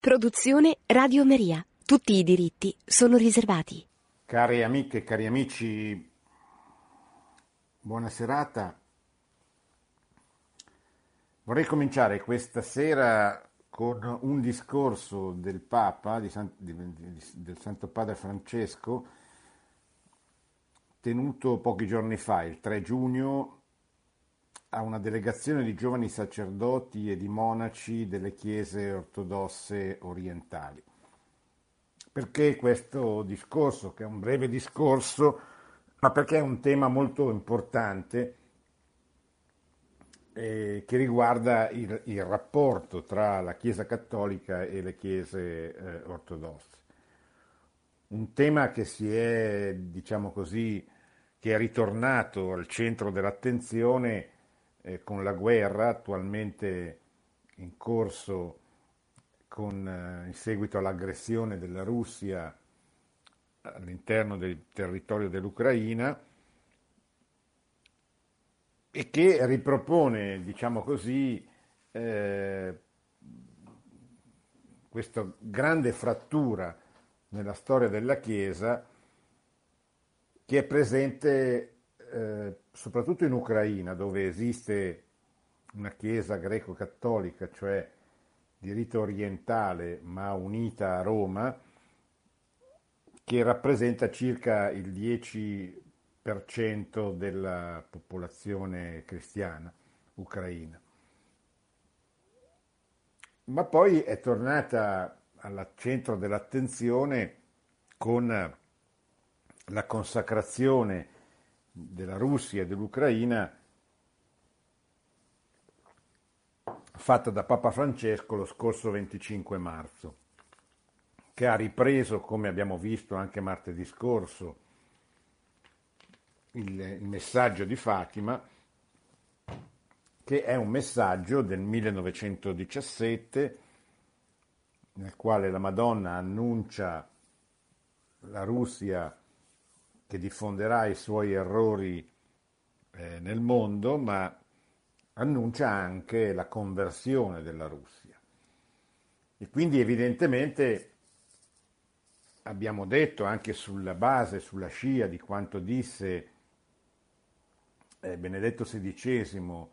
Produzione Radio Maria. Tutti i diritti sono riservati. Cari amiche e cari amici, buona serata. Vorrei cominciare questa sera con un discorso del Papa, del Santo Padre Francesco, tenuto pochi giorni fa, il 3 giugno, a una delegazione di giovani sacerdoti e di monaci delle chiese ortodosse orientali. Perché questo discorso, che è un breve discorso, ma perché è un tema molto importante che riguarda il rapporto tra la Chiesa cattolica e le chiese ortodosse. Un tema che si è, diciamo così, che è ritornato al centro dell'attenzione con la guerra attualmente in corso in seguito all'aggressione della Russia all'interno del territorio dell'Ucraina e che ripropone, diciamo così, questa grande frattura nella storia della Chiesa che è presente soprattutto in Ucraina, dove esiste una Chiesa greco-cattolica, cioè di rito orientale ma unita a Roma, che rappresenta circa il 10% della popolazione cristiana ucraina. Ma poi è tornata al centro dell'attenzione con la consacrazione della Russia e dell'Ucraina fatta da Papa Francesco lo scorso 25 marzo, che ha ripreso, come abbiamo visto anche martedì scorso, il messaggio di Fatima, che è un messaggio del 1917 nel quale la Madonna annuncia la Russia che diffonderà i suoi errori nel mondo, ma annuncia anche la conversione della Russia. E quindi evidentemente abbiamo detto anche sulla base, sulla scia di quanto disse Benedetto XVI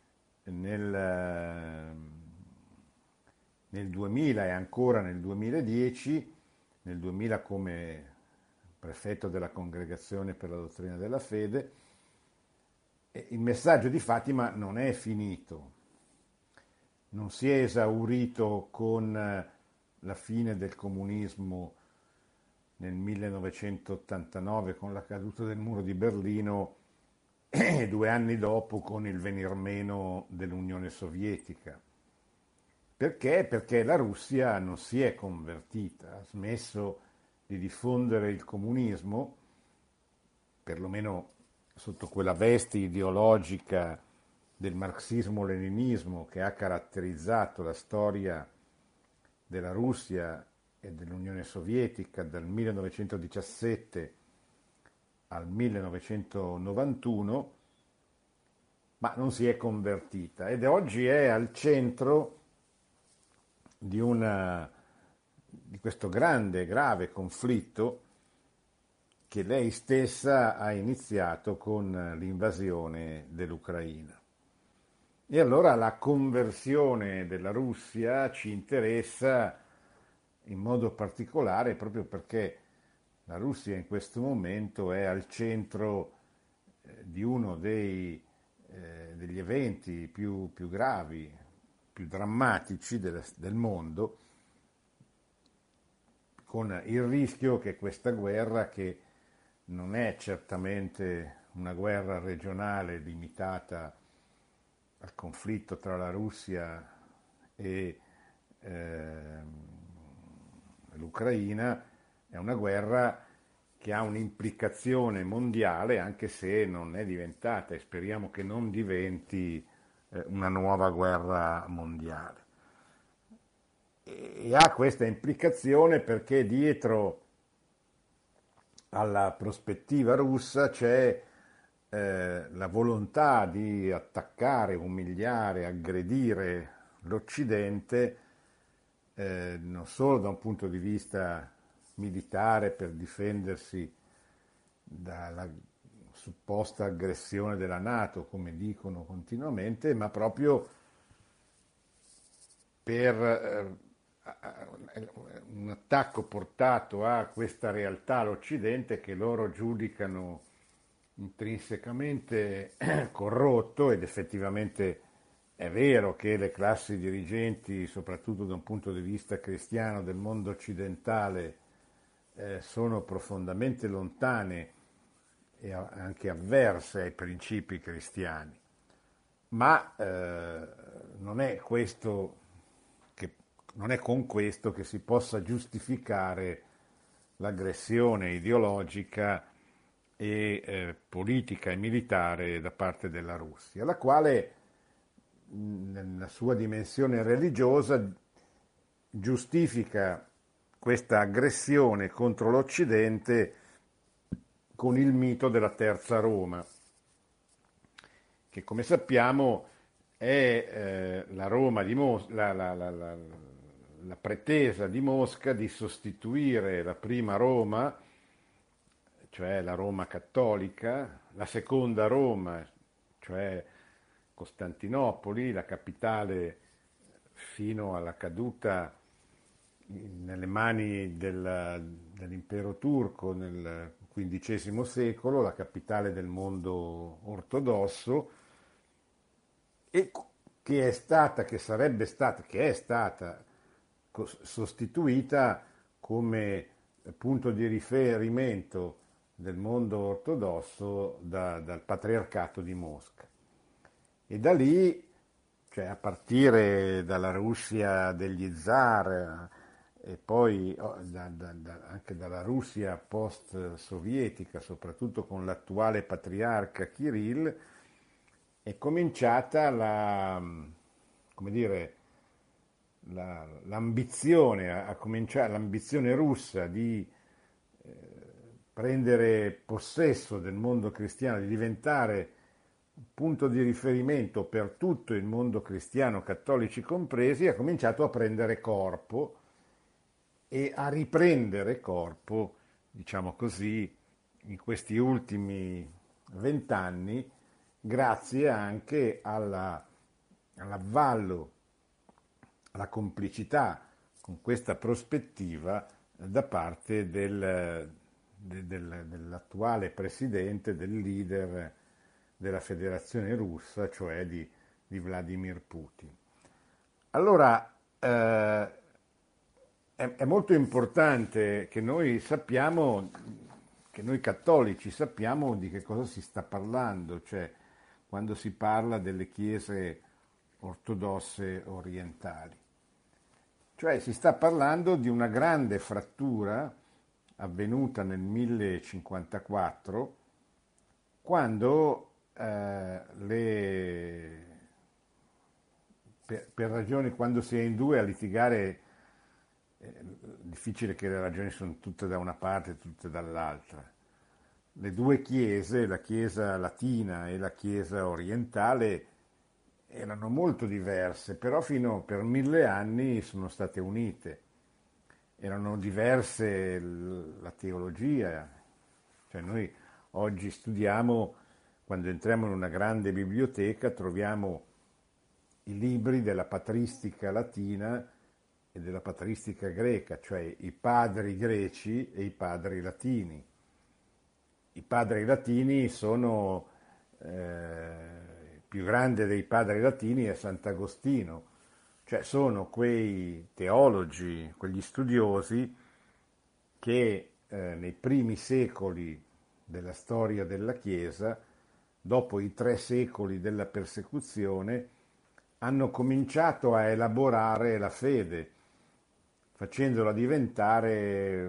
nel 2000 e ancora nel 2010, nel 2000 come prefetto della Congregazione per la Dottrina della Fede, il messaggio di Fatima non è finito, non si è esaurito con la fine del comunismo nel 1989 con la caduta del muro di Berlino e 2 anni dopo con il venir meno dell'Unione Sovietica. Perché? Perché la Russia non si è convertita, ha smesso di diffondere il comunismo, perlomeno sotto quella veste ideologica del marxismo-leninismo che ha caratterizzato la storia della Russia e dell'Unione Sovietica dal 1917 al 1991, ma non si è convertita ed oggi è al centro di questo grande, grave conflitto che lei stessa ha iniziato con l'invasione dell'Ucraina. E allora la conversione della Russia ci interessa in modo particolare proprio perché la Russia in questo momento è al centro di uno degli eventi più gravi, più drammatici del mondo, con il rischio che questa guerra, che non è certamente una guerra regionale limitata al conflitto tra la Russia e l'Ucraina, è una guerra che ha un'implicazione mondiale, anche se non è diventata, e speriamo che non diventi, una nuova guerra mondiale. E ha questa implicazione perché dietro alla prospettiva russa c'è la volontà di attaccare, umiliare, aggredire l'Occidente non solo da un punto di vista militare per difendersi dalla supposta aggressione della NATO, come dicono continuamente, ma proprio per un attacco portato a questa realtà, l'Occidente, che loro giudicano intrinsecamente corrotto, ed effettivamente è vero che le classi dirigenti, soprattutto da un punto di vista cristiano del mondo occidentale, sono profondamente lontane e anche avverse ai principi cristiani, ma non è questo non è con questo che si possa giustificare l'aggressione ideologica e politica e militare da parte della Russia, la quale nella sua dimensione religiosa giustifica questa aggressione contro l'Occidente con il mito della Terza Roma, che come sappiamo è la Roma di la pretesa di Mosca di sostituire la prima Roma, cioè la Roma cattolica, la seconda Roma, cioè Costantinopoli, la capitale fino alla caduta nelle mani dell'impero turco nel XV secolo, la capitale del mondo ortodosso, e che è stata, che sarebbe stata, che è stata sostituita come punto di riferimento del mondo ortodosso dal patriarcato di Mosca. E da lì, cioè a partire dalla Russia degli zar e poi anche dalla Russia post-sovietica, soprattutto con l'attuale patriarca Kirill, è cominciata come dire, l'ambizione russa di prendere possesso del mondo cristiano, di diventare un punto di riferimento per tutto il mondo cristiano, cattolici compresi, ha cominciato a prendere corpo e a riprendere corpo, diciamo così, in questi ultimi 20 anni, grazie anche all'avvallo, alla complicità con questa prospettiva da parte dell'attuale presidente, del leader della Federazione Russa, cioè di Vladimir Putin. Allora, è molto importante che noi sappiamo, che noi cattolici sappiamo di che cosa si sta parlando, cioè quando si parla delle chiese ortodosse orientali. Cioè si sta parlando di una grande frattura avvenuta nel 1054, quando per ragioni, quando si è in due a litigare, difficile che le ragioni sono tutte da una parte e tutte dall'altra. Le due chiese, la chiesa latina e la chiesa orientale, erano molto diverse, però fino per 1000 anni sono state unite. Erano diverse la teologia, cioè noi oggi studiamo, quando entriamo in una grande biblioteca, troviamo i libri della patristica latina e della patristica greca, cioè i padri greci e i padri latini. I padri latini sono, il più grande dei padri latini è Sant'Agostino, cioè sono quei teologi, quegli studiosi che nei primi secoli della storia della Chiesa, dopo i 3 secoli della persecuzione, hanno cominciato a elaborare la fede, facendola diventare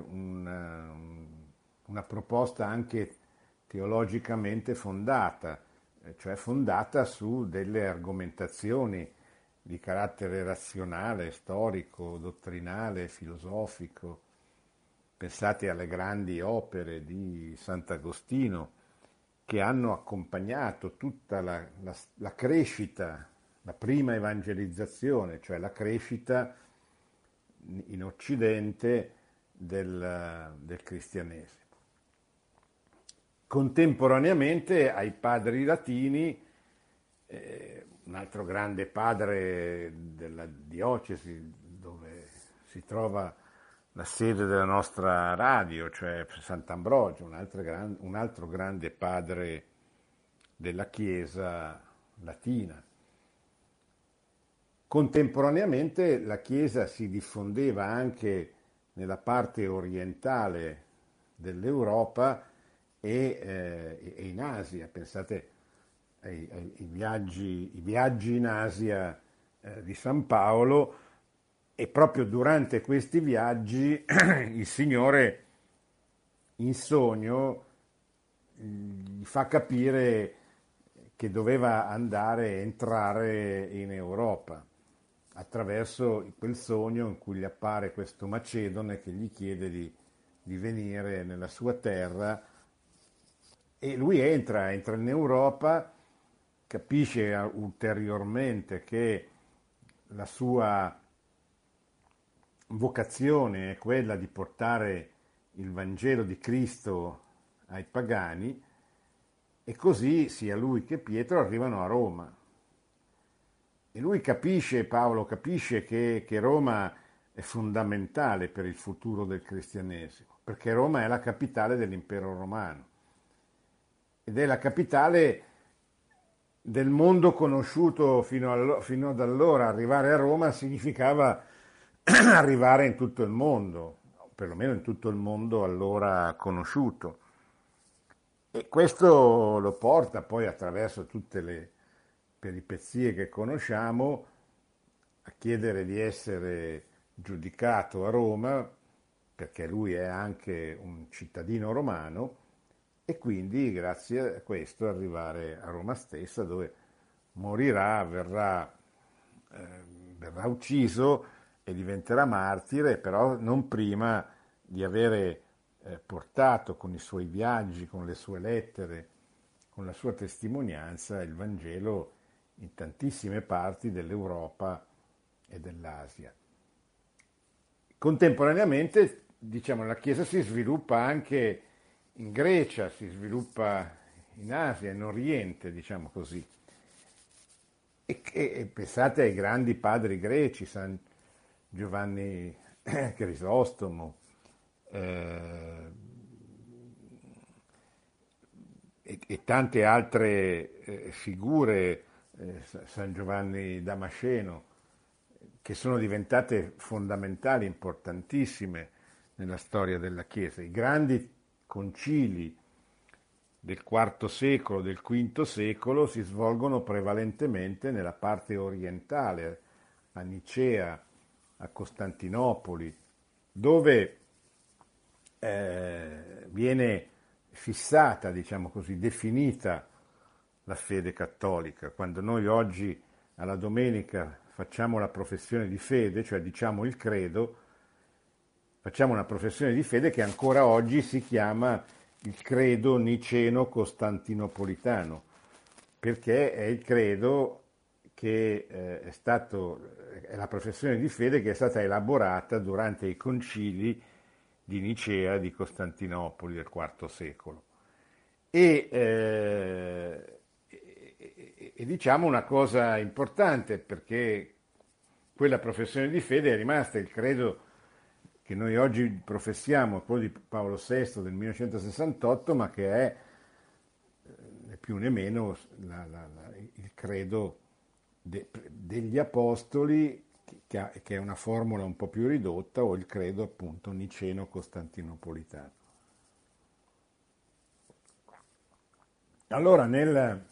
una proposta anche teologicamente fondata, cioè fondata su delle argomentazioni di carattere razionale, storico, dottrinale, filosofico. Pensate alle grandi opere di Sant'Agostino che hanno accompagnato tutta la crescita, la prima evangelizzazione, cioè la crescita in Occidente del cristianesimo. Contemporaneamente ai padri latini, un altro grande padre della diocesi dove si trova la sede della nostra radio, cioè Sant'Ambrogio, un altro grande padre della Chiesa latina. Contemporaneamente la Chiesa si diffondeva anche nella parte orientale dell'Europa e in Asia. Pensate ai viaggi in Asia di San Paolo, e proprio durante questi viaggi il Signore in sogno gli fa capire che doveva entrare in Europa attraverso quel sogno in cui gli appare questo Macedone che gli chiede di venire nella sua terra, e lui entra in Europa, capisce ulteriormente che la sua vocazione è quella di portare il Vangelo di Cristo ai pagani, e così sia lui che Pietro arrivano a Roma. E lui Paolo capisce che Roma è fondamentale per il futuro del cristianesimo, perché Roma è la capitale dell'impero romano ed è la capitale del mondo conosciuto fino ad allora. Arrivare a Roma significava arrivare in tutto il mondo, perlomeno in tutto il mondo allora conosciuto. E questo lo porta poi, attraverso tutte le peripezie che conosciamo, a chiedere di essere giudicato a Roma, perché lui è anche un cittadino romano, e quindi grazie a questo arrivare a Roma stessa, dove morirà, verrà ucciso e diventerà martire, però non prima di avere portato con i suoi viaggi, con le sue lettere, con la sua testimonianza, il Vangelo in tantissime parti dell'Europa e dell'Asia. Contemporaneamente, diciamo, la Chiesa si sviluppa anche in Grecia, si sviluppa in Asia, in Oriente, diciamo così. E pensate ai grandi padri greci, San Giovanni Crisostomo, e tante altre figure, San Giovanni Damasceno, che sono diventate fondamentali, importantissime nella storia della Chiesa. I grandi concili del IV secolo, del V secolo, si svolgono prevalentemente nella parte orientale, a Nicea, a Costantinopoli, dove viene fissata, diciamo così, definita la fede cattolica. Quando noi oggi alla domenica facciamo la professione di fede, cioè diciamo il credo, facciamo una professione di fede che ancora oggi si chiama il credo niceno-costantinopolitano, perché è il credo che è la professione di fede che è stata elaborata durante i concili di Nicea di Costantinopoli del IV secolo. E diciamo una cosa importante, perché quella professione di fede è rimasta il credo che noi oggi professiamo, quello di Paolo VI del 1968, ma che è né più né meno il credo degli apostoli, che è una formula un po' più ridotta, o il credo appunto niceno-costantinopolitano. Allora nel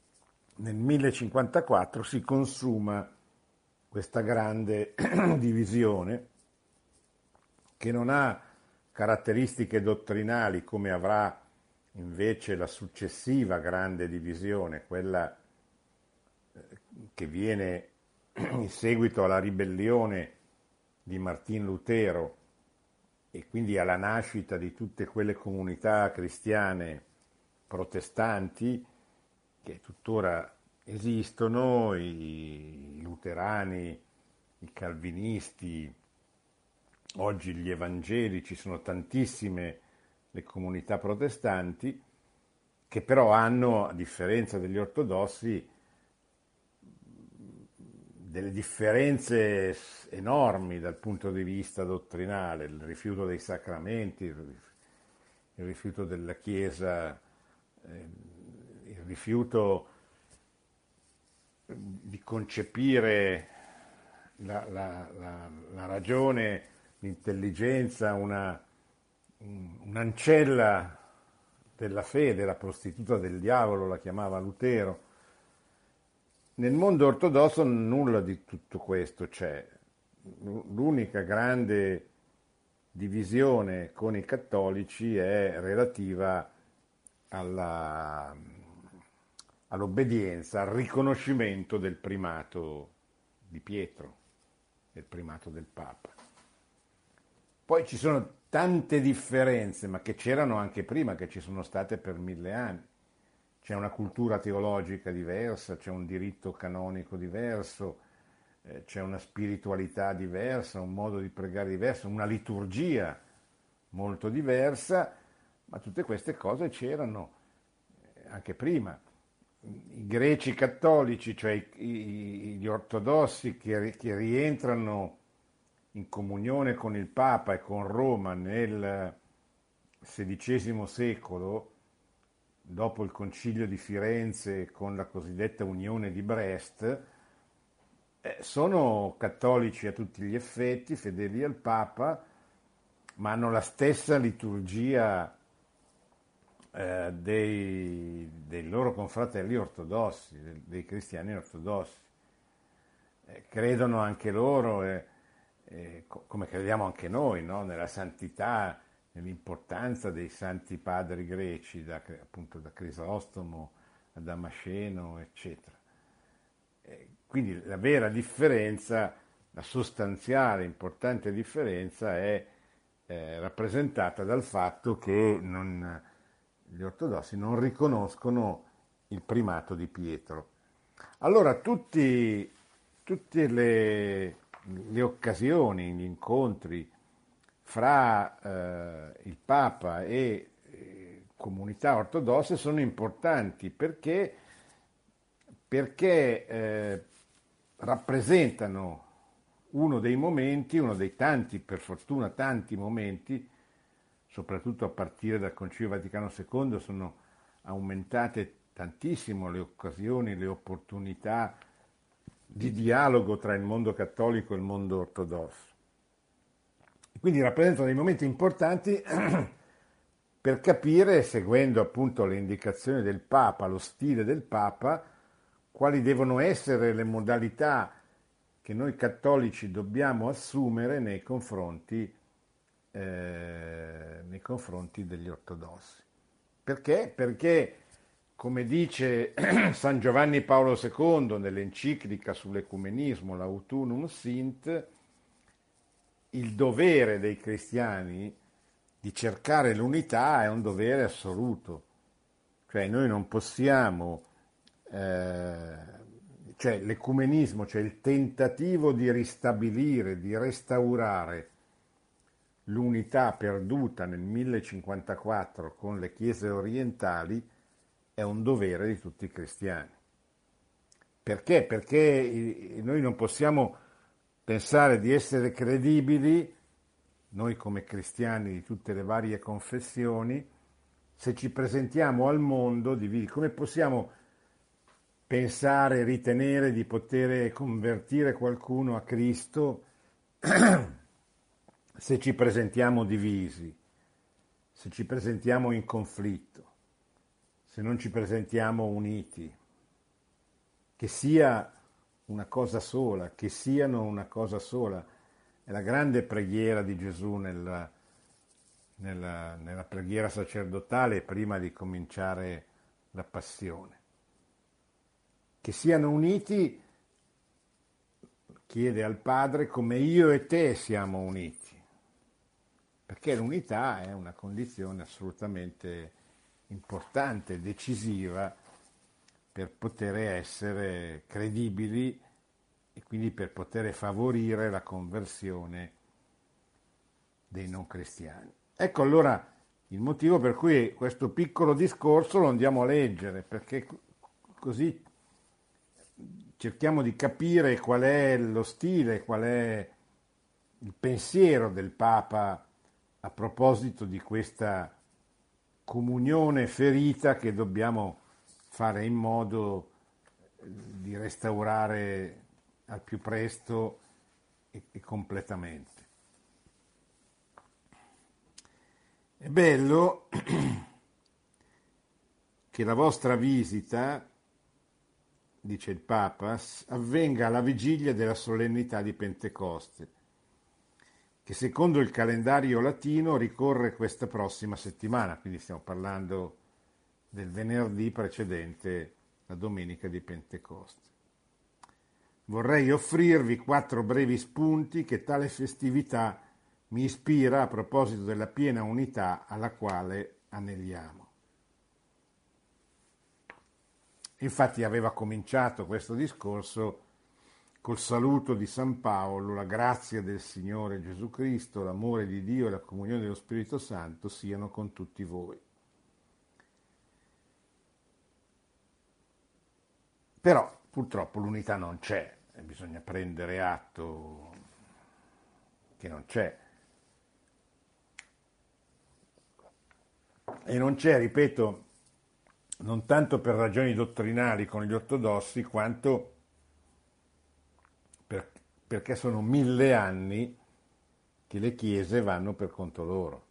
1054 si consuma questa grande divisione, che non ha caratteristiche dottrinali come avrà invece la successiva grande divisione, quella che viene in seguito alla ribellione di Martin Lutero e quindi alla nascita di tutte quelle comunità cristiane protestanti che tuttora esistono, i luterani, i calvinisti, oggi gli evangelici, sono tantissime le comunità protestanti che però hanno, a differenza degli ortodossi, delle differenze enormi dal punto di vista dottrinale, il rifiuto dei sacramenti, il rifiuto della Chiesa, il rifiuto di concepire la ragione, l'intelligenza, un'ancella della fede, la prostituta del diavolo la chiamava Lutero. Nel mondo ortodosso nulla di tutto questo c'è. L'unica grande divisione con i cattolici è relativa all'obbedienza, al riconoscimento del primato di Pietro, del primato del Papa. Poi ci sono tante differenze, ma che c'erano anche prima, che ci sono state per 1000 anni. C'è una cultura teologica diversa, c'è un diritto canonico diverso, c'è una spiritualità diversa, un modo di pregare diverso, una liturgia molto diversa, ma tutte queste cose c'erano anche prima. I greci cattolici, cioè gli ortodossi che rientrano in comunione con il Papa e con Roma nel XVI secolo, dopo il concilio di Firenze con la cosiddetta unione di Brest, sono cattolici a tutti gli effetti, fedeli al Papa, ma hanno la stessa liturgia dei loro confratelli ortodossi, dei cristiani ortodossi. Credono anche loro, come crediamo anche noi, no? Nella santità, nell'importanza dei santi padri greci, appunto da Crisostomo a Damasceno, eccetera. Quindi la vera differenza, la sostanziale, importante differenza è rappresentata dal fatto che gli ortodossi non riconoscono il primato di Pietro. Allora tutte le occasioni, gli incontri fra il Papa e comunità ortodosse sono importanti perché rappresentano uno dei momenti, uno dei tanti, per fortuna tanti momenti, soprattutto a partire dal Concilio Vaticano II, sono aumentate tantissimo le occasioni, le opportunità di dialogo tra il mondo cattolico e il mondo ortodosso. Quindi rappresentano dei momenti importanti per capire, seguendo appunto le indicazioni del Papa, lo stile del Papa, quali devono essere le modalità che noi cattolici dobbiamo assumere nei confronti degli ortodossi. Perché? Perché, come dice San Giovanni Paolo II nell'enciclica sull'ecumenismo, Lautunum Sint, il dovere dei cristiani di cercare l'unità è un dovere assoluto. Cioè noi non possiamo, cioè l'ecumenismo, cioè il tentativo di ristabilire, di restaurare l'unità perduta nel 1054 con le chiese orientali, è un dovere di tutti i cristiani. Perché? Perché noi non possiamo pensare di essere credibili, noi come cristiani di tutte le varie confessioni, se ci presentiamo al mondo divisi. Come possiamo pensare, ritenere di poter convertire qualcuno a Cristo se ci presentiamo divisi, se ci presentiamo in conflitto, se non ci presentiamo uniti? Che sia una cosa sola, che siano una cosa sola. È la grande preghiera di Gesù nella preghiera sacerdotale prima di cominciare la passione. Che siano uniti, chiede al Padre, come io e te siamo uniti. Perché l'unità è una condizione assolutamente importante, decisiva, per poter essere credibili e quindi per poter favorire la conversione dei non cristiani. Ecco allora il motivo per cui questo piccolo discorso lo andiamo a leggere, perché così cerchiamo di capire qual è lo stile, qual è il pensiero del Papa a proposito di questa comunione ferita che dobbiamo fare in modo di restaurare al più presto e completamente. È bello che la vostra visita, dice il Papa, avvenga alla vigilia della solennità di Pentecoste, che secondo il calendario latino ricorre questa prossima settimana, quindi stiamo parlando del venerdì precedente la domenica di Pentecoste. Vorrei offrirvi 4 brevi spunti che tale festività mi ispira a proposito della piena unità alla quale aneliamo. Infatti aveva cominciato questo discorso col saluto di San Paolo: la grazia del Signore Gesù Cristo, l'amore di Dio e la comunione dello Spirito Santo siano con tutti voi. Però purtroppo l'unità non c'è, e bisogna prendere atto che non c'è. E non c'è, ripeto, non tanto per ragioni dottrinali con gli ortodossi, quanto perché sono 1000 anni che le chiese vanno per conto loro.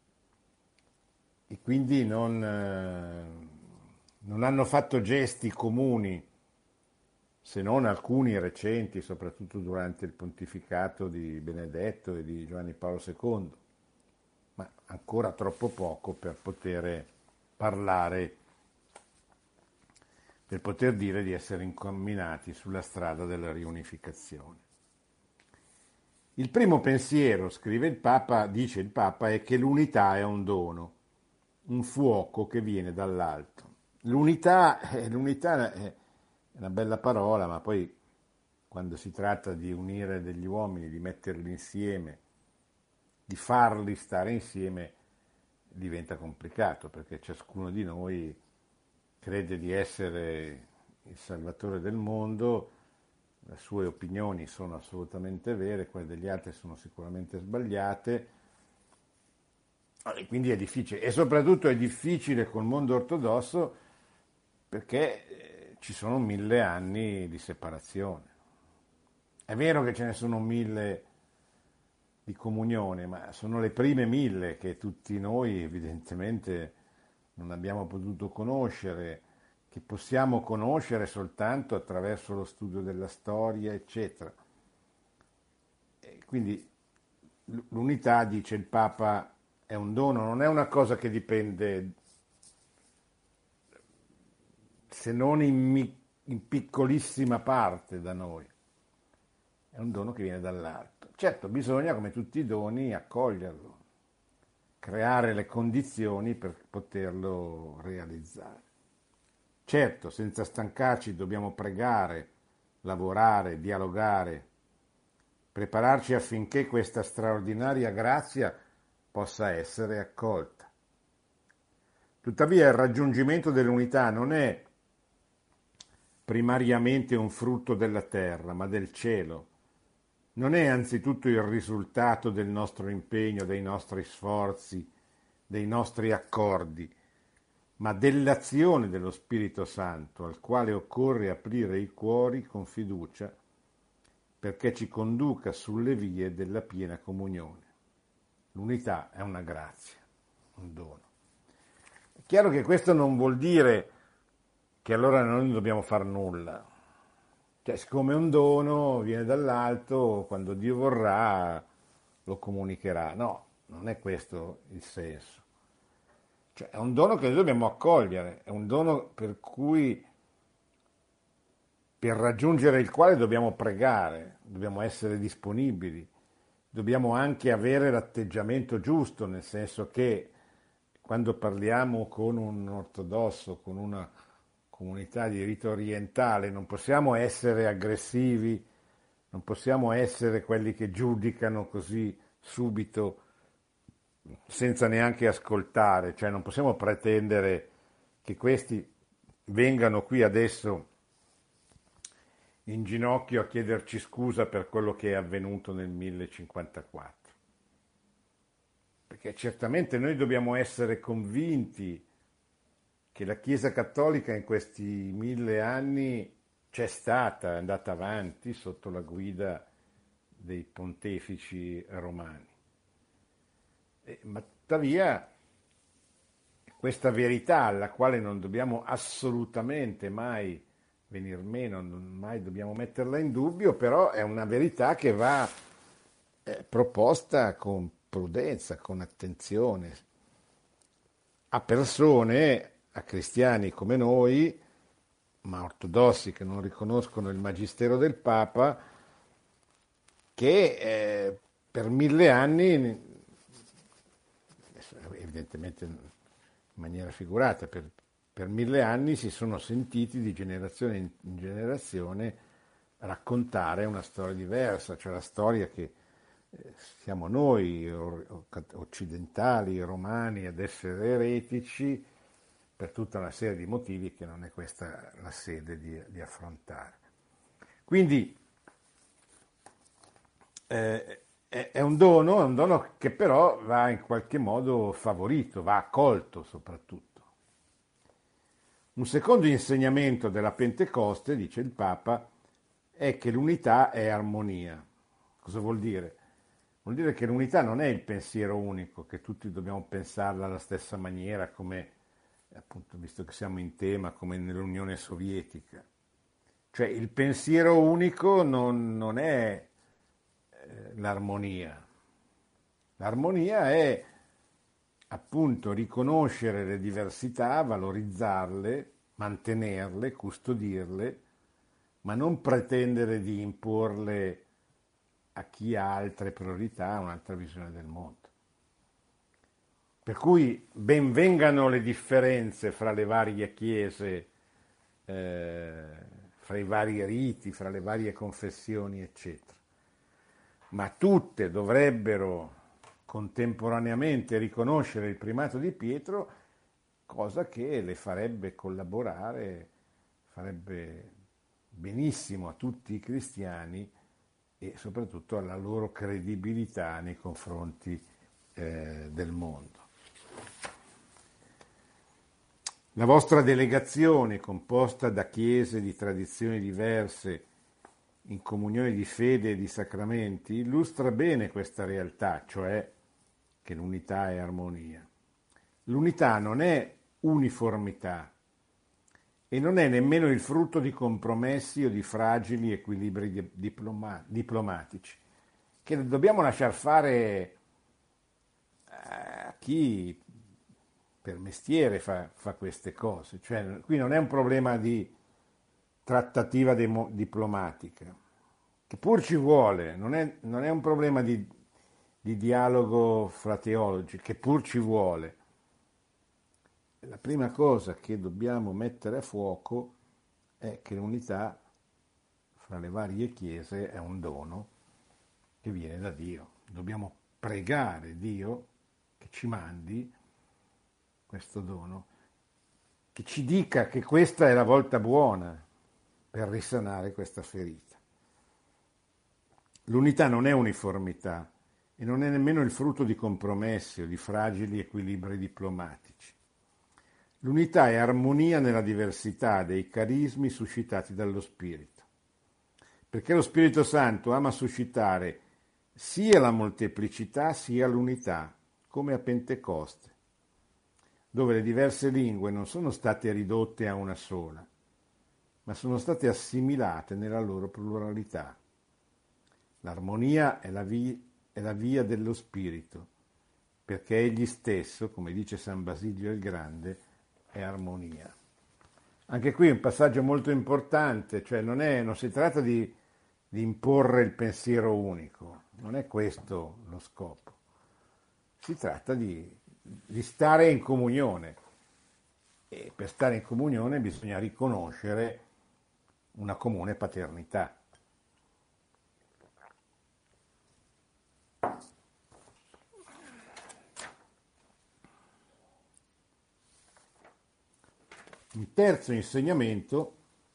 E quindi non hanno fatto gesti comuni, se non alcuni recenti, soprattutto durante il pontificato di Benedetto e di Giovanni Paolo II, ma ancora troppo poco per poter parlare, per poter dire di essere incamminati sulla strada della riunificazione. Il primo pensiero, scrive il Papa, dice il Papa, è che l'unità è un dono, un fuoco che viene dall'alto. L'unità è una bella parola, ma poi quando si tratta di unire degli uomini, di metterli insieme, di farli stare insieme, diventa complicato, perché ciascuno di noi crede di essere il salvatore del mondo, le sue opinioni sono assolutamente vere, quelle degli altri sono sicuramente sbagliate, e quindi è difficile. E soprattutto è difficile col mondo ortodosso perché ci sono 1000 anni di separazione. È vero che ce ne sono 1000 di comunione, ma sono le prime 1000 che tutti noi evidentemente non abbiamo potuto conoscere, che possiamo conoscere soltanto attraverso lo studio della storia, eccetera. E quindi l'unità, dice il Papa, è un dono, non è una cosa che dipende, se non in piccolissima parte, da noi. È un dono che viene dall'alto. Certo, bisogna, come tutti i doni, accoglierlo, creare le condizioni per poterlo realizzare. Certo, senza stancarci dobbiamo pregare, lavorare, dialogare, prepararci affinché questa straordinaria grazia possa essere accolta. Tuttavia il raggiungimento dell'unità non è primariamente un frutto della terra, ma del cielo. Non è anzitutto il risultato del nostro impegno, dei nostri sforzi, dei nostri accordi, ma dell'azione dello Spirito Santo, al quale occorre aprire i cuori con fiducia perché ci conduca sulle vie della piena comunione. L'unità è una grazia, un dono. È chiaro che questo non vuol dire che allora noi non dobbiamo fare nulla. Cioè, siccome è un dono, viene dall'alto, quando Dio vorrà lo comunicherà. No, non è questo il senso. Cioè, è un dono che noi dobbiamo accogliere, è un dono per raggiungere il quale dobbiamo pregare, dobbiamo essere disponibili, dobbiamo anche avere l'atteggiamento giusto, nel senso che quando parliamo con un ortodosso, con una comunità di rito orientale, non possiamo essere aggressivi, non possiamo essere quelli che giudicano così subito senza neanche ascoltare, cioè non possiamo pretendere che questi vengano qui adesso in ginocchio a chiederci scusa per quello che è avvenuto nel 1054. Perché certamente noi dobbiamo essere convinti che la Chiesa Cattolica in questi 1000 anni c'è stata, è andata avanti sotto la guida dei pontefici romani. Ma tuttavia questa verità alla quale non dobbiamo assolutamente mai venir meno, non mai dobbiamo metterla in dubbio, però è una verità che va proposta con prudenza, con attenzione, a persone, a cristiani come noi, ma ortodossi che non riconoscono il magistero del Papa, che per 1000 anni, evidentemente in maniera figurata, per 1000 anni si sono sentiti di generazione in generazione raccontare una storia diversa, cioè la storia che siamo noi occidentali, romani, ad essere eretici per tutta una serie di motivi che non è questa la sede di affrontare. Quindi è un dono che però va in qualche modo favorito, va accolto soprattutto. Un secondo insegnamento della Pentecoste, dice il Papa, è che l'unità è armonia. Cosa vuol dire? Vuol dire che l'unità non è il pensiero unico, che tutti dobbiamo pensarla alla stessa maniera, come appunto, visto che siamo in tema, come nell'Unione Sovietica. Cioè il pensiero unico non è l'armonia. L'armonia è appunto riconoscere le diversità, valorizzarle, mantenerle, custodirle, ma non pretendere di imporle a chi ha altre priorità, un'altra visione del mondo. Per cui ben vengano le differenze fra le varie chiese, fra i vari riti, fra le varie confessioni, eccetera. Ma tutte dovrebbero contemporaneamente riconoscere il primato di Pietro, cosa che le farebbe collaborare, farebbe benissimo a tutti i cristiani e soprattutto alla loro credibilità nei confronti del mondo. La vostra delegazione, composta da chiese di tradizioni diverse, in comunione di fede e di sacramenti, illustra bene questa realtà, cioè che l'unità è armonia. L'unità non è uniformità e non è nemmeno il frutto di compromessi o di fragili equilibri diplomatici, che dobbiamo lasciar fare a chi per mestiere fa queste cose. Cioè, qui non è un problema di trattativa diplomatica, che pur ci vuole, non è un problema di dialogo fra teologi, che pur ci vuole. La prima cosa che dobbiamo mettere a fuoco è che l'unità fra le varie chiese è un dono che viene da Dio. Dobbiamo pregare Dio che ci mandi questo dono, che ci dica che questa è la volta buona per risanare questa ferita. L'unità non è uniformità e non è nemmeno il frutto di compromessi o di fragili equilibri diplomatici. L'unità è armonia nella diversità dei carismi suscitati dallo Spirito, perché lo Spirito Santo ama suscitare sia la molteplicità sia l'unità, come a Pentecoste, dove le diverse lingue non sono state ridotte a una sola, ma sono state assimilate nella loro pluralità. L'armonia è la via dello Spirito, perché egli stesso, come dice San Basilio il Grande, è armonia. Anche qui un passaggio molto importante, cioè non si tratta di imporre il pensiero unico, non è questo lo scopo. Si tratta di stare in comunione e per stare in comunione bisogna riconoscere una comune paternità. Il terzo insegnamento,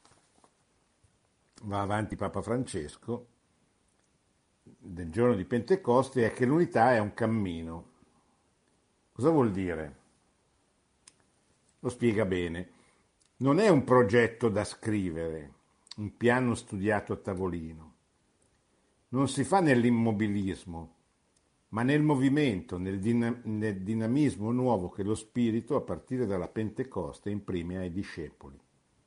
va avanti Papa Francesco, del giorno di Pentecoste, è che l'unità è un cammino. Cosa vuol dire? Lo spiega bene. Non è un progetto da scrivere, un piano studiato a tavolino. Non si fa nell'immobilismo, ma nel movimento, nel dinamismo nuovo che lo Spirito, a partire dalla Pentecoste, imprime ai discepoli.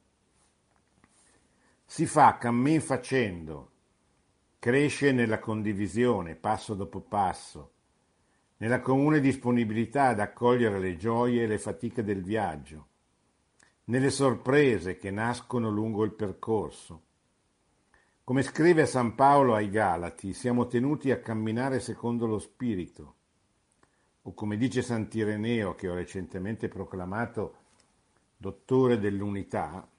Si fa cammin facendo, cresce nella condivisione, passo dopo passo, nella comune disponibilità ad accogliere le gioie e le fatiche del viaggio, nelle sorprese che nascono lungo il percorso. Come scrive San Paolo ai Galati, siamo tenuti a camminare secondo lo Spirito, o come dice Sant'Ireneo, che ho recentemente proclamato dottore dell'unità,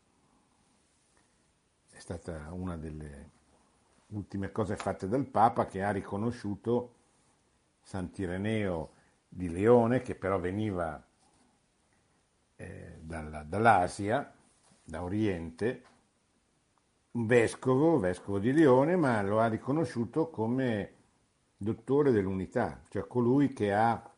è stata una delle ultime cose fatte dal Papa, che ha riconosciuto Sant'Ireneo di Leone, che però veniva dall'Asia, da Oriente, un vescovo di Lione, ma lo ha riconosciuto come dottore dell'unità, cioè colui che ha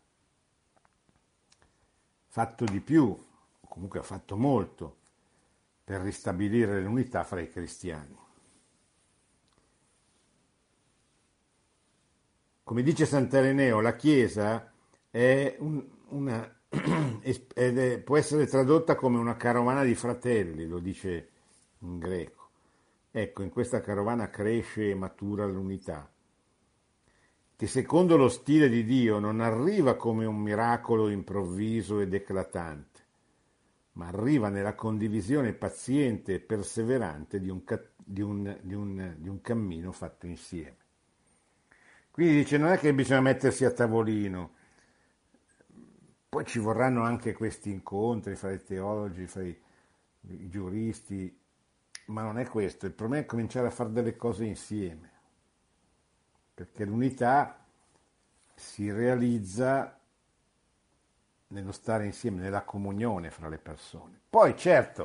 fatto di più, o comunque ha fatto molto, per ristabilire l'unità fra i cristiani. Come dice Sant'Ireneo, la Chiesa è può essere tradotta come una carovana di fratelli, lo dice in greco. Ecco, in questa carovana cresce e matura l'unità, che secondo lo stile di Dio non arriva come un miracolo improvviso ed eclatante, ma arriva nella condivisione paziente e perseverante di un cammino fatto insieme. Quindi dice, non è che bisogna mettersi a tavolino, poi ci vorranno anche questi incontri fra i teologi, fra i giuristi, ma non è questo, il problema è cominciare a fare delle cose insieme, perché l'unità si realizza nello stare insieme, nella comunione fra le persone. Poi certo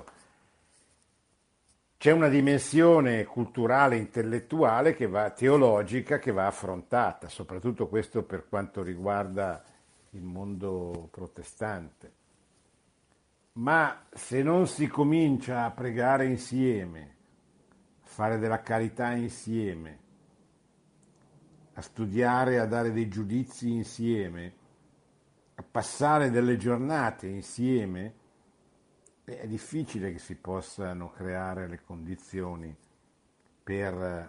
c'è una dimensione culturale, intellettuale, teologica, che va affrontata, soprattutto questo per quanto riguarda il mondo protestante. Ma se non si comincia a pregare insieme, a fare della carità insieme, a studiare, a dare dei giudizi insieme, a passare delle giornate insieme, è difficile che si possano creare le condizioni per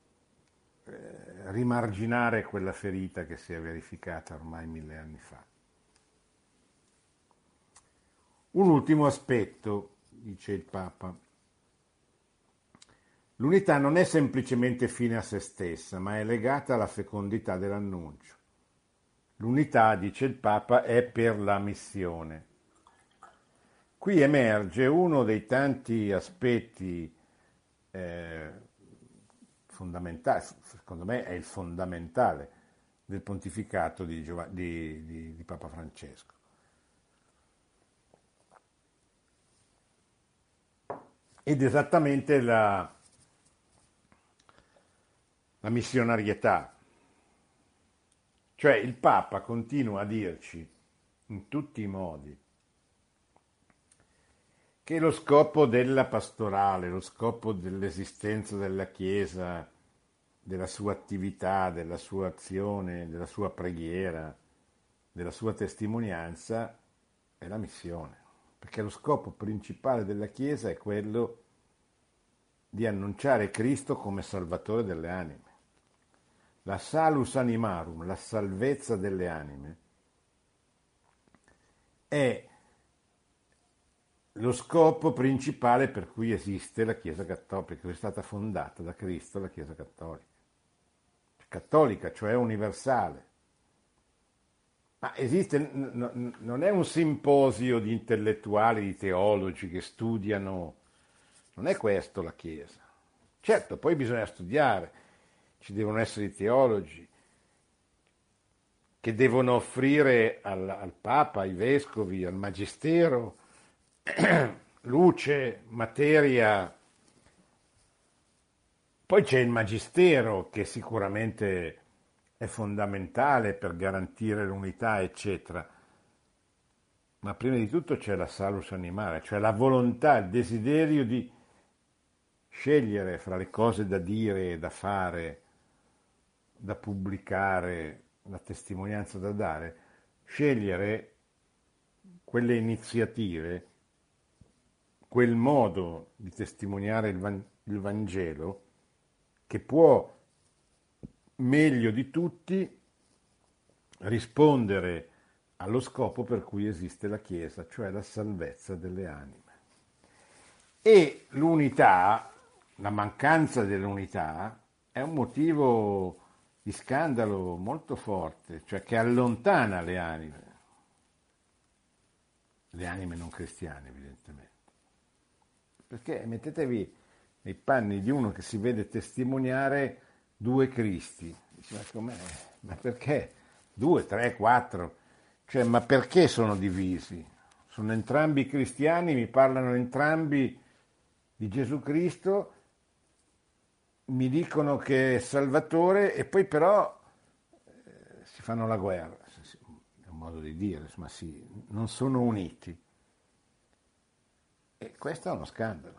rimarginare quella ferita che si è verificata ormai 1000 anni fa. Un ultimo aspetto, dice il Papa. L'unità non è semplicemente fine a se stessa, ma è legata alla fecondità dell'annuncio. L'unità, dice il Papa, è per la missione. Qui emerge uno dei tanti aspetti fondamentali, secondo me è il fondamentale del pontificato di Papa Francesco. Ed esattamente la missionarietà. Cioè il Papa continua a dirci in tutti i modi che lo scopo della pastorale, lo scopo dell'esistenza della Chiesa, della sua attività, della sua azione, della sua preghiera, della sua testimonianza è la missione. Perché lo scopo principale della Chiesa è quello di annunciare Cristo come Salvatore delle anime. La salus animarum, la salvezza delle anime, è lo scopo principale per cui esiste la Chiesa Cattolica, che è stata fondata da Cristo, la Chiesa Cattolica. Cattolica, cioè universale. Ma esiste, non è un simposio di intellettuali, di teologi che studiano, non è questo la Chiesa. Certo, poi bisogna studiare, ci devono essere i teologi che devono offrire al Papa, ai vescovi, al Magistero luce, materia. Poi c'è il magistero che sicuramente è fondamentale per garantire l'unità, eccetera. Ma prima di tutto c'è la salus animale, cioè la volontà, il desiderio di scegliere fra le cose da dire e da fare, da pubblicare, la testimonianza da dare, scegliere quelle iniziative, quel modo di testimoniare il Vangelo che può meglio di tutti rispondere allo scopo per cui esiste la Chiesa, cioè la salvezza delle anime. E l'unità, la mancanza dell'unità, è un motivo di scandalo molto forte, cioè che allontana le anime non cristiane evidentemente. Perché mettetevi nei panni di uno che si vede testimoniare due Cristi. Dice, ma com'è? Ma perché? Due, tre, quattro? Cioè, ma perché sono divisi? Sono entrambi cristiani, mi parlano entrambi di Gesù Cristo, mi dicono che è Salvatore e poi però si fanno la guerra. È un modo di dire, ma sì, non sono uniti. E questo è uno scandalo.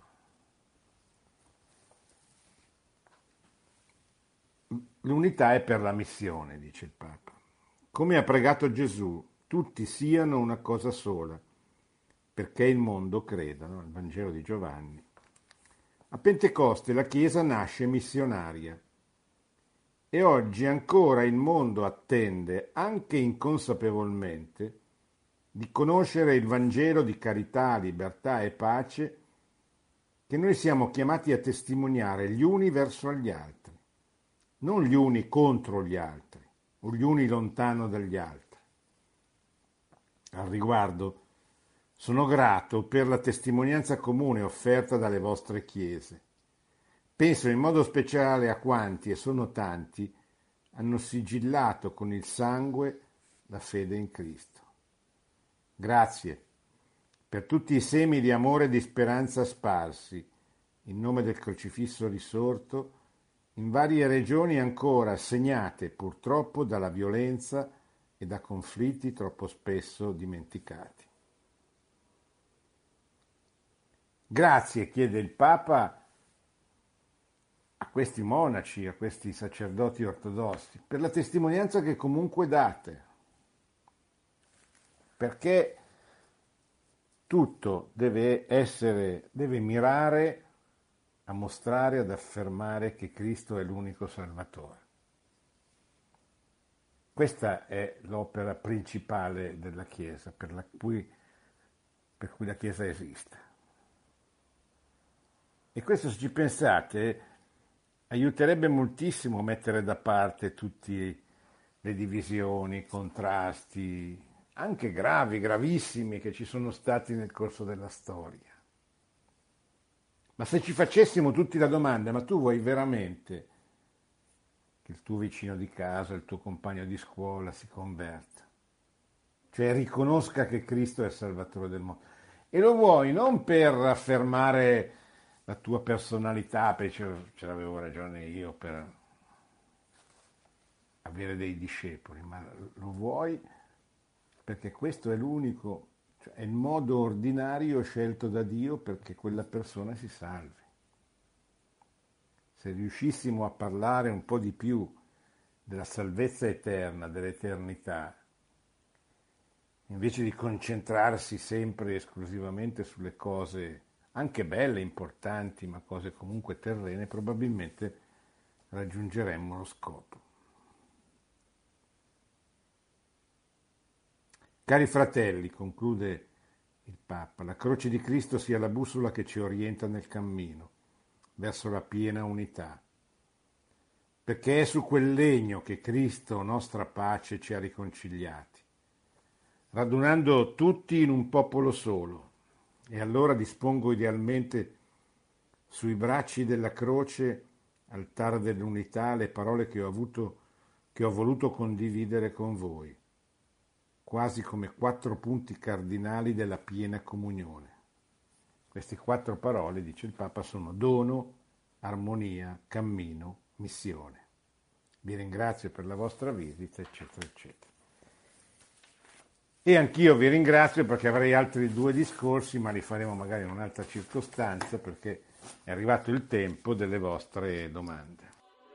L'unità è per la missione, dice il Papa. Come ha pregato Gesù, tutti siano una cosa sola, perché il mondo creda, no? Il Vangelo di Giovanni. A Pentecoste la Chiesa nasce missionaria e oggi ancora il mondo attende, anche inconsapevolmente, di conoscere il Vangelo di carità, libertà e pace che noi siamo chiamati a testimoniare gli uni verso gli altri, non gli uni contro gli altri o gli uni lontano dagli altri. Al riguardo, sono grato per la testimonianza comune offerta dalle vostre chiese. Penso in modo speciale a quanti, e sono tanti, hanno sigillato con il sangue la fede in Cristo. Grazie per tutti i semi di amore e di speranza sparsi, in nome del crocifisso risorto, in varie regioni ancora segnate purtroppo dalla violenza e da conflitti troppo spesso dimenticati. Grazie, chiede il Papa a questi monaci, a questi sacerdoti ortodossi, per la testimonianza che comunque date, perché tutto deve mirare a mostrare, ad affermare che Cristo è l'unico Salvatore. Questa è l'opera principale della Chiesa, per cui la Chiesa esiste. E questo, se ci pensate, aiuterebbe moltissimo a mettere da parte tutte le divisioni, i contrasti, anche gravi, gravissimi, che ci sono stati nel corso della storia. Ma se ci facessimo tutti la domanda, ma tu vuoi veramente che il tuo vicino di casa, il tuo compagno di scuola si converta? Cioè riconosca che Cristo è il Salvatore del mondo. E lo vuoi non per affermare la tua personalità, perché ce l'avevo ragione io per avere dei discepoli, ma lo vuoi perché questo è l'unico, cioè è il modo ordinario scelto da Dio perché quella persona si salvi. Se riuscissimo a parlare un po' di più della salvezza eterna, dell'eternità, invece di concentrarsi sempre e esclusivamente sulle cose anche belle, importanti, ma cose comunque terrene, probabilmente raggiungeremmo lo scopo. Cari fratelli, conclude il Papa, la croce di Cristo sia la bussola che ci orienta nel cammino verso la piena unità, perché è su quel legno che Cristo, nostra pace, ci ha riconciliati, radunando tutti in un popolo solo. E allora dispongo idealmente sui bracci della croce, altare dell'unità, le parole che ho voluto condividere con voi, quasi come 4 punti cardinali della piena comunione. Queste 4 parole, dice il Papa, sono dono, armonia, cammino, missione. Vi ringrazio per la vostra visita, eccetera, eccetera. E anch'io vi ringrazio perché avrei altri 2 discorsi, ma li faremo magari in un'altra circostanza, perché è arrivato il tempo delle vostre domande.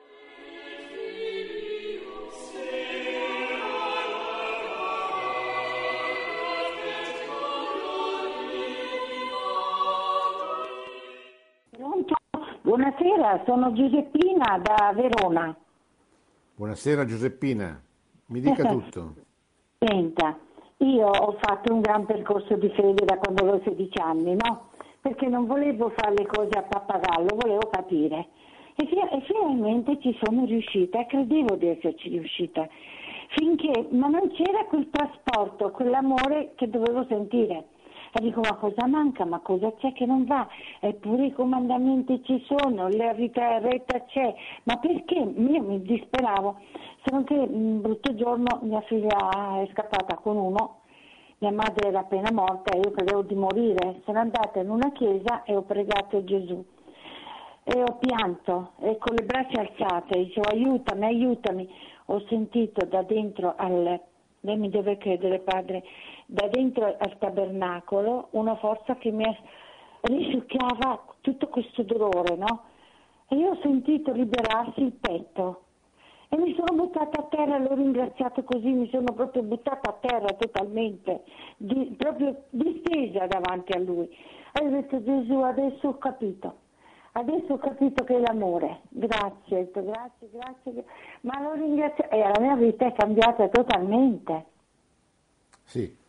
Pronto? Buonasera, sono Giuseppina da Verona. Buonasera Giuseppina, mi dica tutto. Senta, io ho fatto un gran percorso di fede da quando avevo 16 anni, no? Perché non volevo fare le cose a pappagallo, volevo capire. E finalmente ci sono riuscita, e credevo di esserci riuscita, ma non c'era quel trasporto, quell'amore che dovevo sentire. E dico, ma cosa manca, ma cosa c'è che non va? Eppure i comandamenti ci sono, la retta c'è, ma perché? Io mi disperavo, se non che un brutto giorno mia figlia è scappata con uno, mia madre era appena morta e io credevo di morire, sono andata in una chiesa e ho pregato Gesù e ho pianto e con le braccia alzate dicevo aiutami, aiutami, ho sentito da dentro lei mi deve credere padre, da dentro al tabernacolo una forza che mi risucchiava tutto questo dolore, no? E io ho sentito liberarsi il petto e mi sono buttata a terra, l'ho ringraziato così, mi sono proprio buttata a terra totalmente, proprio distesa davanti a lui. E ho detto Gesù, adesso ho capito che è l'amore, grazie, ho detto, grazie, ma lo ringrazio e la mia vita è cambiata totalmente. Sì.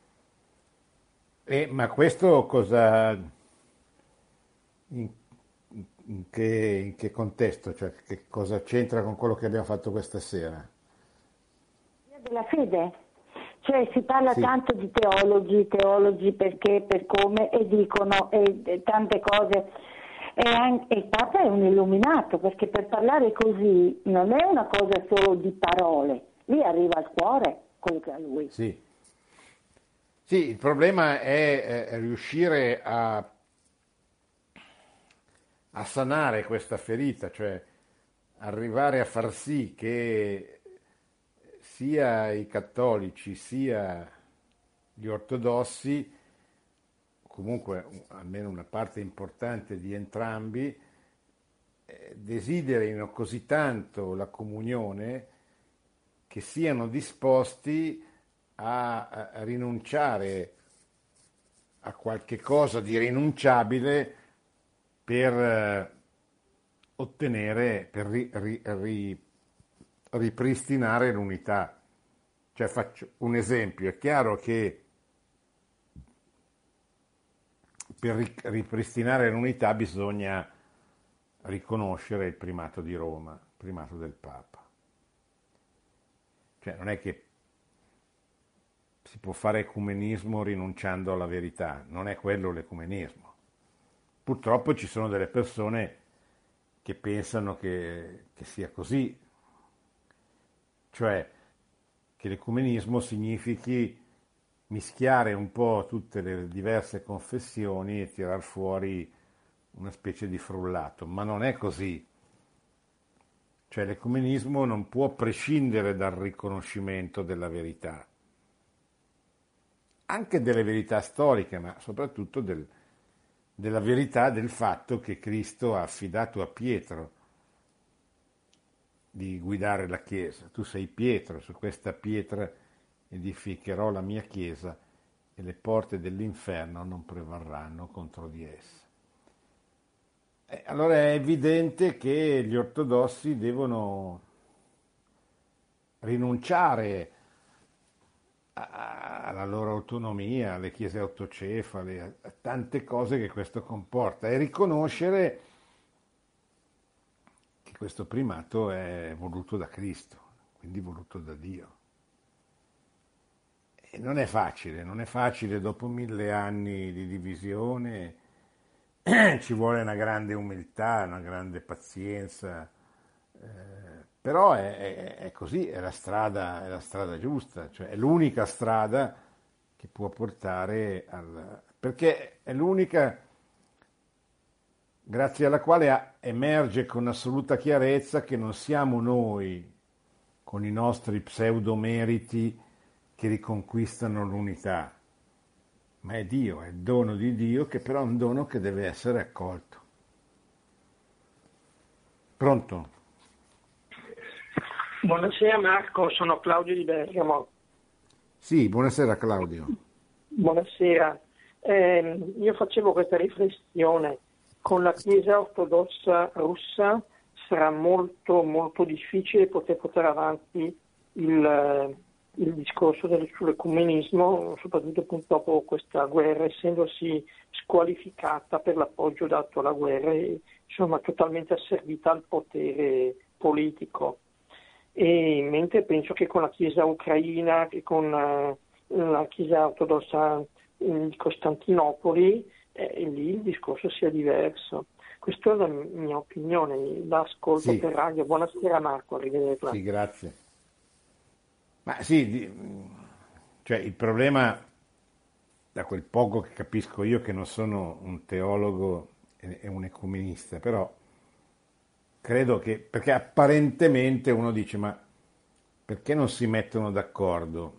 Ma questo cosa, in che contesto, cioè che cosa c'entra con quello che abbiamo fatto questa sera? Della fede, cioè si parla Sì. tanto di teologi perché, per come, e dicono tante cose, e il Papa è un illuminato, perché per parlare così non è una cosa solo di parole, lì arriva al cuore quello che ha lui. Sì. Sì, il problema è riuscire a sanare questa ferita, cioè arrivare a far sì che sia i cattolici sia gli ortodossi, comunque almeno una parte importante di entrambi, desiderino così tanto la comunione che siano disposti a rinunciare a qualche cosa di rinunciabile per ottenere, per ripristinare l'unità. Cioè faccio un esempio, è chiaro che per ripristinare l'unità bisogna riconoscere il primato di Roma, il primato del Papa. Cioè non è che si può fare ecumenismo rinunciando alla verità, non è quello l'ecumenismo. Purtroppo ci sono delle persone che pensano che sia così, cioè che l'ecumenismo significhi mischiare un po' tutte le diverse confessioni e tirar fuori una specie di frullato, ma non è così. Cioè l'ecumenismo non può prescindere dal riconoscimento della verità, anche delle verità storiche, ma soprattutto della verità del fatto che Cristo ha affidato a Pietro di guidare la Chiesa. Tu sei Pietro, su questa pietra edificherò la mia Chiesa e le porte dell'inferno non prevarranno contro di essa. Allora è evidente che gli ortodossi devono rinunciare alla loro autonomia, alle chiese autocefale, a tante cose che questo comporta e riconoscere che questo primato è voluto da Cristo, quindi voluto da Dio. E non è facile dopo 1000 anni di divisione, ci vuole una grande umiltà, una grande pazienza, però è così, è la strada giusta, cioè è l'unica strada che può portare perché è l'unica grazie alla quale emerge con assoluta chiarezza che non siamo noi, con i nostri pseudomeriti, che riconquistano l'unità, ma è Dio, è il dono di Dio, che però è un dono che deve essere accolto. Pronto? Buonasera Marco, sono Claudio di Bergamo. Sì, buonasera Claudio. Buonasera. Io facevo questa riflessione. Con la Chiesa ortodossa russa sarà molto molto difficile poter portare avanti il discorso sull'ecumenismo, soprattutto appunto dopo questa guerra, essendosi squalificata per l'appoggio dato alla guerra e insomma totalmente asservita al potere politico. E mentre penso che con la Chiesa ucraina e con la Chiesa ortodossa di Costantinopoli lì il discorso sia diverso. Questa è la mia opinione, l'ascolto per radio. Buonasera Marco, arrivederci. Sì, grazie. Ma sì, cioè il problema, da quel poco che capisco io, che non sono un teologo e un ecumenista, però credo che, perché apparentemente uno dice, ma perché non si mettono d'accordo?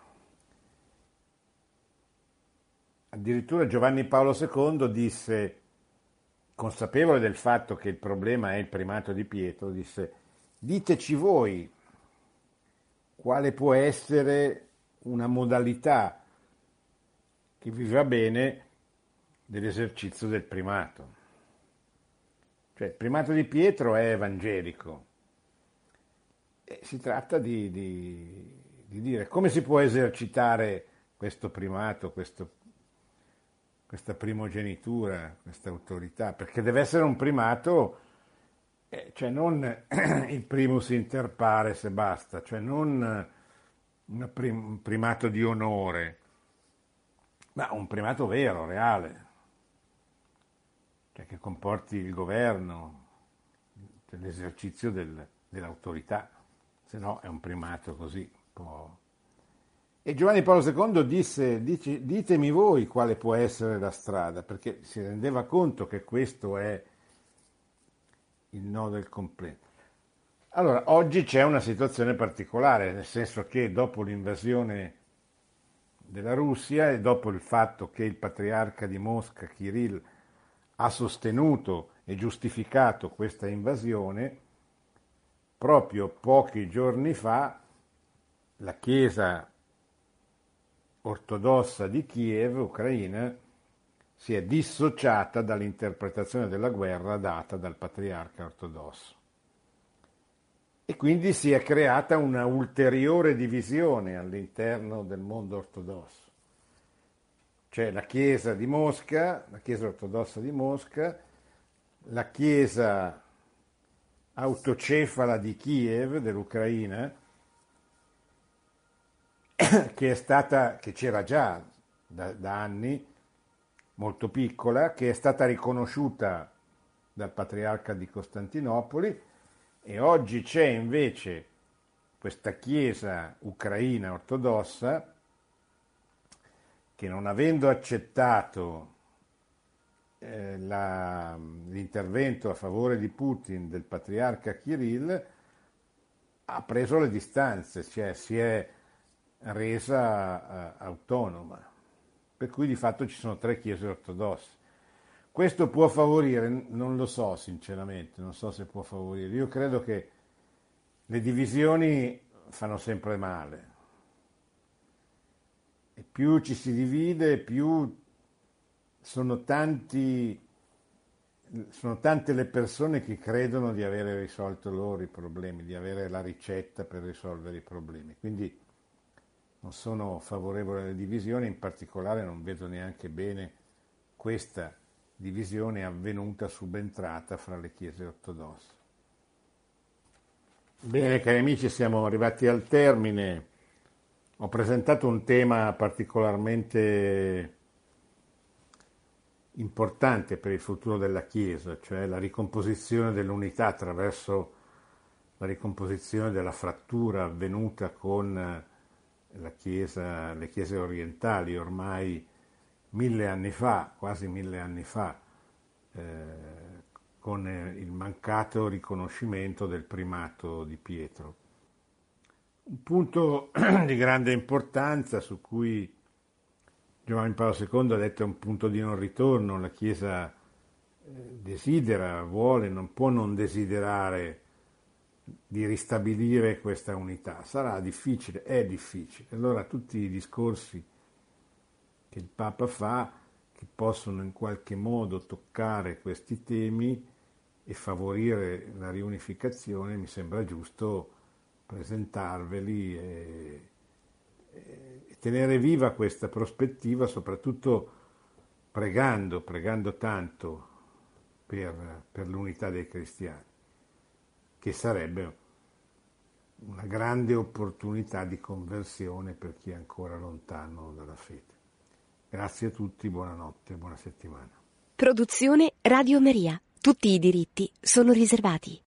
Addirittura Giovanni Paolo II disse, consapevole del fatto che il problema è il primato di Pietro, disse, diteci voi quale può essere una modalità che vi va bene dell'esercizio del primato. Cioè il primato di Pietro è evangelico e si tratta di dire come si può esercitare questo primato, questa primogenitura, questa autorità, perché deve essere un primato, cioè non il primus inter pares e basta, cioè non un primato di onore, ma un primato vero, reale, cioè che comporti il governo, l'esercizio dell'autorità, se no è un primato così un po'. E Giovanni Paolo II dice, ditemi voi quale può essere la strada, perché si rendeva conto che questo è il nodo del completo. Allora, oggi c'è una situazione particolare, nel senso che dopo l'invasione della Russia e dopo il fatto che il patriarca di Mosca, Kirill, ha sostenuto e giustificato questa invasione, proprio pochi giorni fa la Chiesa ortodossa di Kiev, Ucraina, si è dissociata dall'interpretazione della guerra data dal patriarca ortodosso. E quindi si è creata una ulteriore divisione all'interno del mondo ortodosso. C'è la Chiesa di Mosca, la Chiesa ortodossa di Mosca, la Chiesa autocefala di Kiev, dell'Ucraina, che c'era già da anni, molto piccola, che è stata riconosciuta dal patriarca di Costantinopoli, e oggi c'è invece questa Chiesa ucraina ortodossa che, non avendo accettato l'intervento a favore di Putin del patriarca Kirill, ha preso le distanze, cioè si è resa autonoma, per cui di fatto ci sono 3 chiese ortodosse. Questo può favorire? Non lo so sinceramente, non so se può favorire. Io credo che le divisioni fanno sempre male, e più ci si divide, più sono tante le persone che credono di avere risolto loro i problemi, di avere la ricetta per risolvere i problemi. Quindi non sono favorevole alle divisioni, in particolare non vedo neanche bene questa divisione avvenuta, subentrata fra le chiese ortodosse. Bene, cari amici, siamo arrivati al termine. Ho presentato un tema particolarmente importante per il futuro della Chiesa, cioè la ricomposizione dell'unità attraverso la ricomposizione della frattura avvenuta con le chiese orientali ormai 1000 anni fa, quasi 1000 anni fa, con il mancato riconoscimento del primato di Pietro. Un punto di grande importanza su cui Giovanni Paolo II ha detto è un punto di non ritorno. La Chiesa desidera, vuole, non può non desiderare di ristabilire questa unità. Sarà difficile, è difficile. Allora tutti i discorsi che il Papa fa, che possono in qualche modo toccare questi temi e favorire la riunificazione, mi sembra giusto presentarveli e tenere viva questa prospettiva, soprattutto pregando tanto per l'unità dei cristiani, che sarebbe una grande opportunità di conversione per chi è ancora lontano dalla fede. Grazie a tutti, buonanotte, buona settimana. Produzione Radio Maria. Tutti i diritti sono riservati.